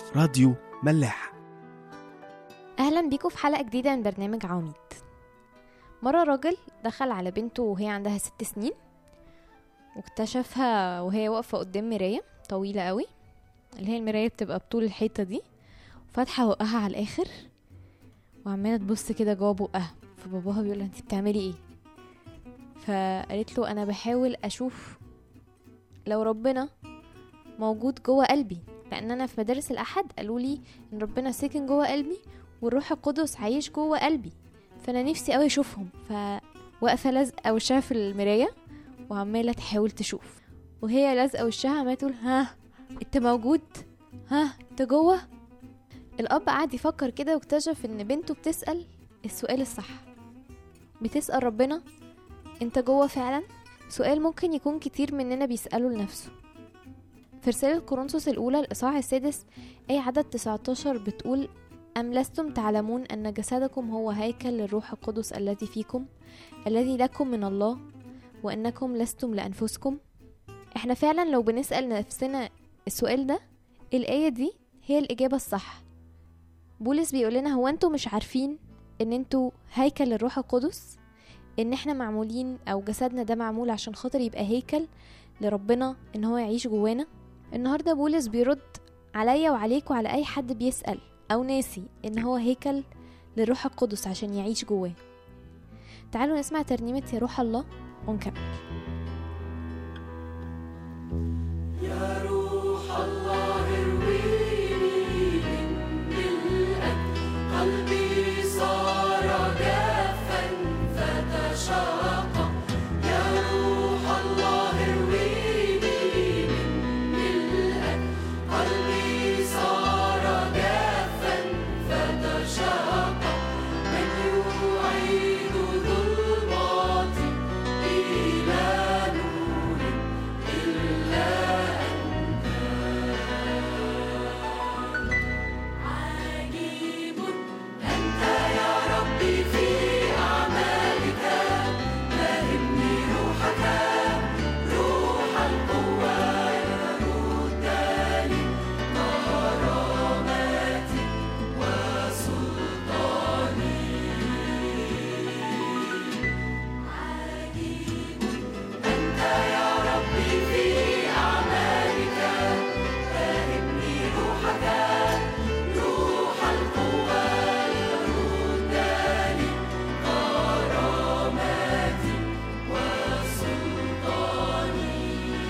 راديو ملاح. أهلا بيكم في حلقة جديدة من برنامج عواميد. مرة راجل دخل على بنته وهي عندها 6 سنين واكتشفها وهي واقفة قدام مراية طويلة قوي، اللي هي المراية بتبقى بطول الحيطة دي، وفاتحة بقها على الآخر وعمالة تبص كده جوه بقها. فباباها بيقولها انتي بتعملي ايه؟ فقالت له أنا بحاول أشوف لو ربنا موجود جوه قلبي، لأن أنا في مدارس الأحد قالوا لي إن ربنا ساكن جوه قلبي والروح القدس عايش جوه قلبي، فأنا نفسي قوي أشوفهم. فوقفة لازقة وشها في المراية وعمالة تحاول تشوف، وهي لازقة وشها عمالة تقول ها انت موجود، ها انت جوه. الأب قعد يفكر كده واكتشف إن بنته بتسأل السؤال الصح، بتسأل ربنا انت جوه فعلا. سؤال ممكن يكون كتير مننا بيسأله لنفسه. في رسالة كورنثوس الأولى الإصحاح 6 آية عدد 19 بتقول أم لستم تعلمون أن جسدكم هو هيكل للروح القدس الذي فيكم الذي لكم من الله وأنكم لستم لأنفسكم. احنا فعلا لو بنسأل نفسنا السؤال ده، الآية دي هي الإجابة الصح. بولس بيقول لنا هو انتوا مش عارفين ان انتوا هيكل للروح القدس، ان احنا معمولين او جسدنا ده معمول عشان خاطر يبقى هيكل لربنا، ان هو يعيش جوانا. النهاردة بولس بيرد عليا وعليك وعلى اي حد بيسأل او ناسي ان هو هيكل للروح القدس عشان يعيش جواه. تعالوا نسمع ترنيمة يا روح الله ونكمل. يا روح الله ارويني من ملئك، قلبي صار جافا فتشاق. يا روح الله ارويني من ملئك، قلبي صار جافا فتشاق. من يعيد ظلماتي إلى نور إلا عجيب أنت يا ربي في أعمالك، فهمني روحك روح القوة يرد لي كراماتي وسلطاني. عجيب أنت يا ربي في أعمالك، فهمني روحك روح القوة يرد لي كراماتي وسلطاني.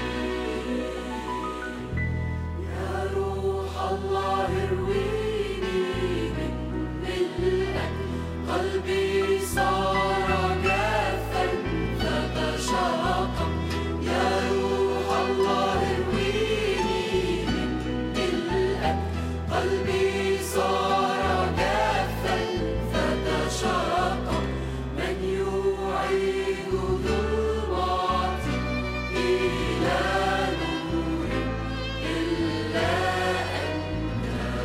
يا روح الله ارويني من ملئك، قلبي صار جافا فتشاق. يا روح الله ارويني من ملئك، قلبي صار جافا فتشاق. من يعيد ظلماتي إلى نور إلا أنت.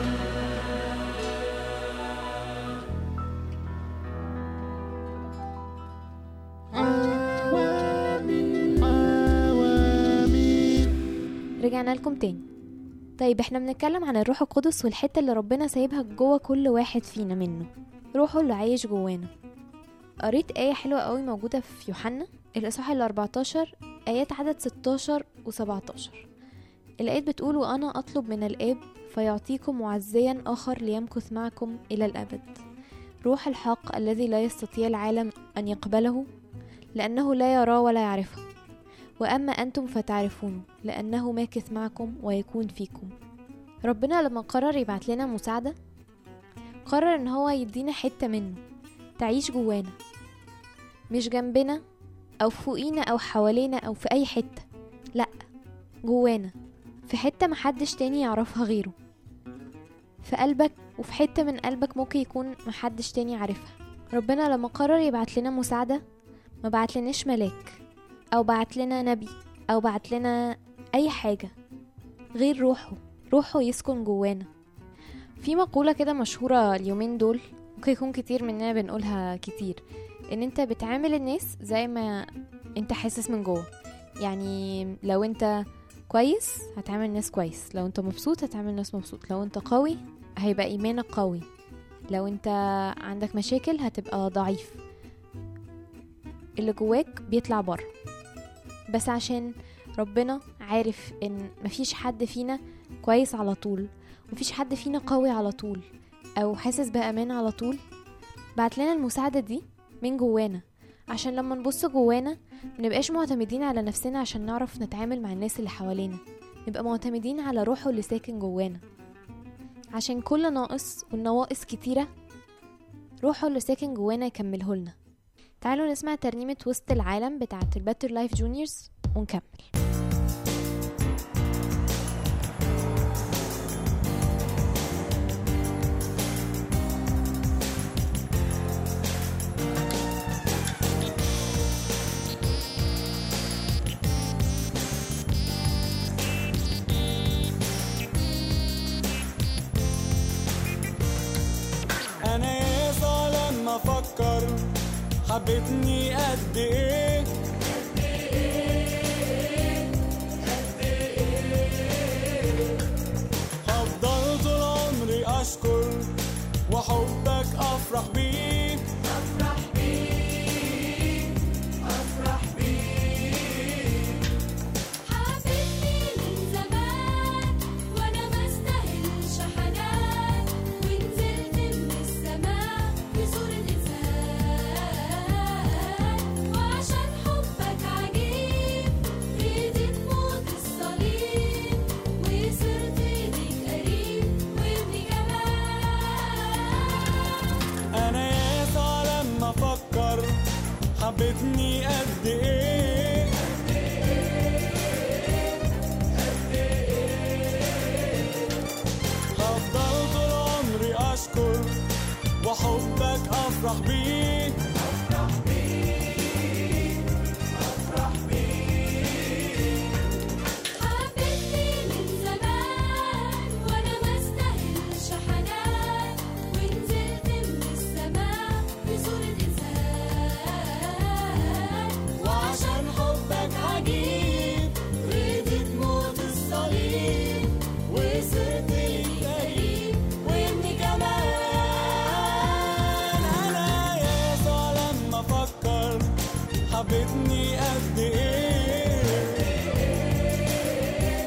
رجعنا لكم تاني. طيب احنا بنتكلم عن الروح القدس والحتة اللي ربنا سايبها جوه كل واحد فينا منه، روحه اللي عايش جوانا. قريت آية حلوة قوي موجودة في يوحنا الإصحاح 14 آيات عدد 16 و17. الآيات بتقول وأنا أطلب من الآب فيعطيكم معزيا آخر ليمكث معكم إلى الأبد، روح الحق الذي لا يستطيع العالم أن يقبله لأنه لا يرى ولا يعرفه، وأما أنتم فتعرفونه لأنه ماكث معكم ويكون فيكم. ربنا لما قرر يبعت لنا مساعدة، قرر إن هو يدينا حتة منه تعيش جوانا، مش جنبنا أو فوقينا أو حوالينا أو في أي حتة، لأ، جوانا في حتة محدش تاني يعرفها غيره، في قلبك وفي حتة من قلبك ممكن يكون محدش تاني عارفها. ربنا لما قرر يبعت لنا مساعدة ما بعت لناش ملاك أو بعت لنا نبي أو بعت لنا أي حاجة غير روحه يسكن جوانا. في مقولة كده مشهورة اليومين دول ممكن يكون كتير مننا بنقولها كتير، ان انت بتعامل الناس زي ما انت حاسس من جوه. يعني لو انت كويس هتعامل الناس كويس، لو انت مبسوط هتعامل الناس مبسوط، لو انت قوي هيبقى ايمانك قوي، لو انت عندك مشاكل هتبقى ضعيف. اللي جواك بيطلع بره. بس عشان ربنا عارف ان مفيش حد فينا كويس على طول، مفيش حد فينا قوي على طول او حاسس بامان على طول، بعت لنا المساعدة دي من جوانا، عشان لما نبص جوانا منبقاش معتمدين على نفسنا عشان نعرف نتعامل مع الناس اللي حوالينا، نبقى معتمدين على روحه اللي ساكن جوانا، عشان كل ناقص والنواقص كتيرة روحه اللي ساكن جوانا يكمله لنا. تعالوا نسمع ترنيمة وسط العالم بتاعة الباتر لايف جونيورز ونكمل. أنا يسوع لما أفكر حبتني قد إيه، هفضل طول عمري أشكر وحبك أفرح بيه، أفرح بيه، أفرح بيه. حبتني من زمان وأنا ما استاهلش حنان، ونزلت من السماء بصورة إنسان، وعشان حبك عجيب رضيت موت الصليب، وصرت ليك قريب وابني كمان. أنا يسوع لما أفكر حبتني قد إيه، هفضل طول عمري أشكر وحبك أفرح بيه، أفرح بيه، أفرح بيه. حبتني من زمان وأنا ما استاهلش حنان، ونزلت من السماء بصورة إنسان، وعشان حبك عجيب رضيت موت الصليب، وصرت ليك قريب وابني كمان. أنا يسوع لما أفكر حبتني قد إيه،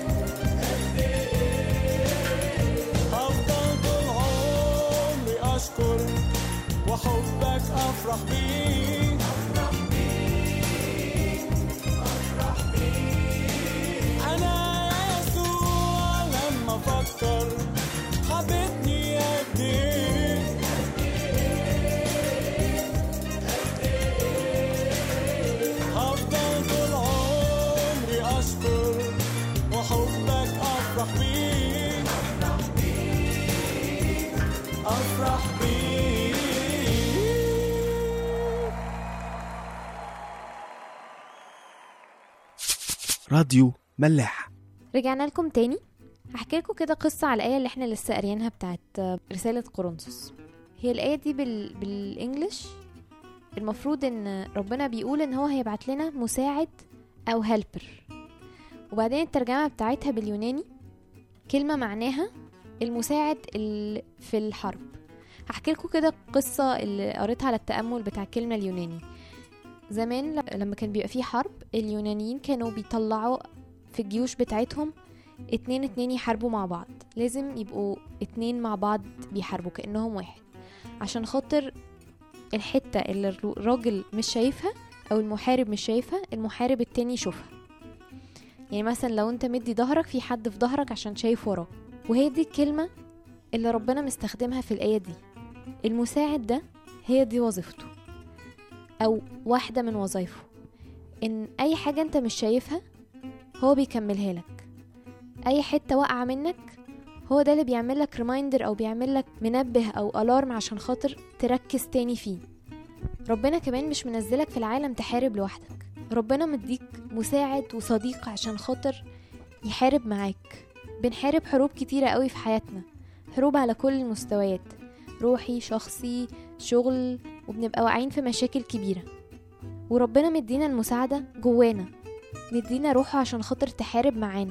هفضل طول عمري أشكر وحبك أفرح بيه، أفرح بيه، أفرح بيه. أنا يسوع لما أفكر حبتني قد إيه، هفضل طول عمري أشكر وحبك أفرح بيه، أفرح بيه، أفرح بيه. راديو ملاح. رجعنا لكم تاني. هحكي لكم كده قصة على الآية اللي احنا لسه قاريينها بتاعت رسالة كورنثوس. هي الآية دي بالإنجليش. المفروض ان ربنا بيقول ان هو هيبعت لنا مساعد او هيلبر، وبعدين الترجمة بتاعتها باليوناني كلمة معناها المساعد اللي في الحرب. هحكي لكم كده قصة اللي قريتها على التأمل بتاع الكلمة اليوناني. زمان لما كان بيبقى فيه حرب، اليونانيين كانوا بيطلعوا في الجيوش بتاعتهم 2 يحاربوا مع بعض. لازم يبقوا 2 مع بعض بيحاربوا كأنهم واحد، عشان خاطر الحتة اللي الراجل مش شايفها او المحارب مش شايفها المحارب التاني يشوفها. يعني مثلا لو انت مدي ظهرك، في حد في ظهرك عشان شايف وراك. وهي دي الكلمة اللي ربنا مستخدمها في الآية دي. المساعد ده هي دي وظيفته او واحدة من وظائفه، ان اي حاجة انت مش شايفها هو بيكملها لك. اي حتة واقعة منك هو ده اللي بيعمل لك ريمايندر او بيعمل لك منبه او الارم عشان خاطر تركز تاني فيه. ربنا كمان مش منزلك في العالم تحارب لوحدك، ربنا مديك مساعد وصديق عشان خاطر يحارب معاك. بنحارب حروب كتيرة قوي في حياتنا، حروب على كل المستويات، روحي، شخصي، شغل، وبنبقى واقعين في مشاكل كبيرة. وربنا مدينا المساعدة جوانا، مدينا روحه عشان خاطر تحارب معانا،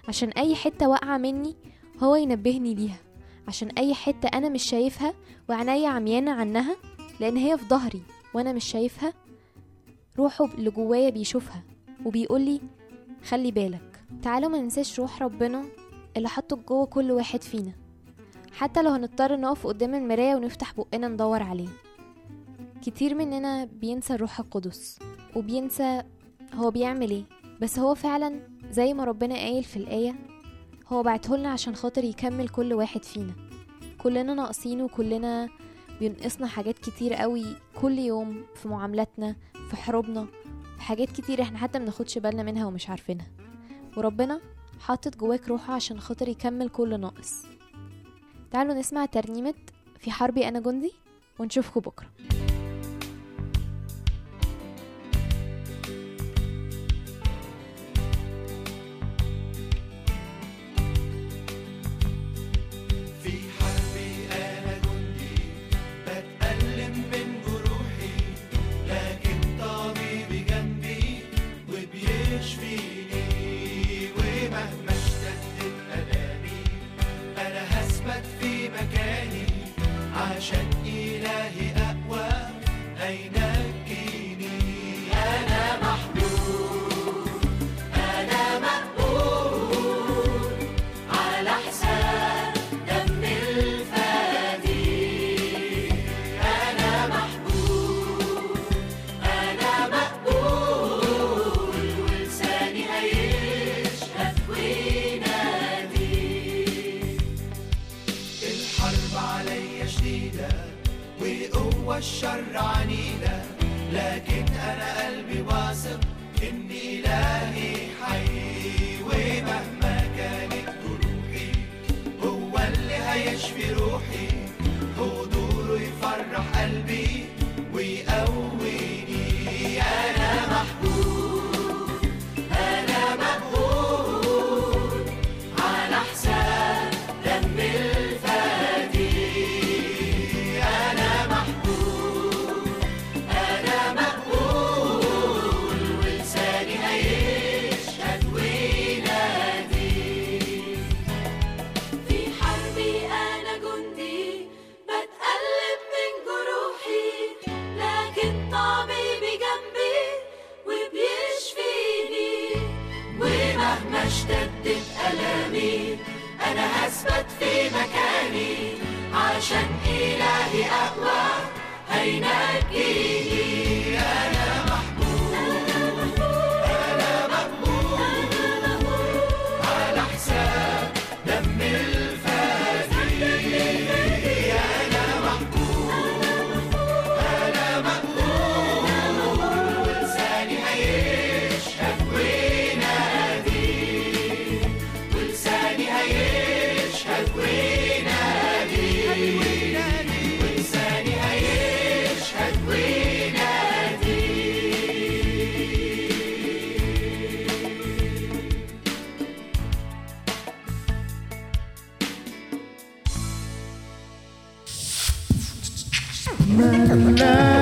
عشان اي حتة واقعة مني هو ينبهني ليها، عشان اي حتة انا مش شايفها وعناية عميانة عنها لان هي في ظهري وانا مش شايفها، روحه اللي جوايا بيشوفها وبيقولي خلي بالك. تعالوا ما ننساش روح ربنا اللي حطه جوه كل واحد فينا، حتى لو هنضطر نقف قدام المراية ونفتح بقنا ندور عليه. كتير مننا بينسى الروح القدس وبينسى هو بيعمل ايه، بس هو فعلا زي ما ربنا قايل في الآية هو بعتهولنا عشان خاطر يكمل كل واحد فينا. كلنا ناقصين وكلنا بينقصنا حاجات كتير قوي كل يوم، في معاملاتنا، في حروبنا، في حاجات كتير احنا حتى مناخدش بالنا منها ومش عارفينها، وربنا حاطط جواك روحه عشان خاطر يكمل كل ناقص. تعالوا نسمع ترنيمة في حربي أنا جندي ونشوفكم بكرة. في حربي أنا جندي بتألم من جروحي، لكن طبيبي جنبي وبيشفيني، ومهما اشتدت ألامي أنا هثبت في مكاني، عشان إلهي أقوى هينجيني. أنا محبوب، أنا مقبول على حساب دم الفدي. أنا محبوب، أنا مقبول، ولساني هيشهد وينادي. الحرب عليا شديدة وقوة الشر عنيدة، لكن أنا قلبي واثق إن إلهي حي، ومهما كانت جروحي هو اللي هيشفي روحي، حضوره يفرح قلبي ويقويني. أنا محبوب، أنا مقبول على حساب دم الفدي. أنا محبوب، أنا مقبول، ولساني هيشهد وينادي. في حربي أنا جندي بتألم من جروحي، لكن طبيبي جنبي وبيشفيني، ومهما اشتدت ألامي أنا هثبت في مكاني، عشان إلهي أقوى هينجيني. أنا محبوب، أنا مقبول على حساب دم الفدي. أنا محبوب، أنا مقبول، ولساني هيشهد وينادي، ولساني هيشهد وينادي، ولساني هيشهد وينادي. ملاح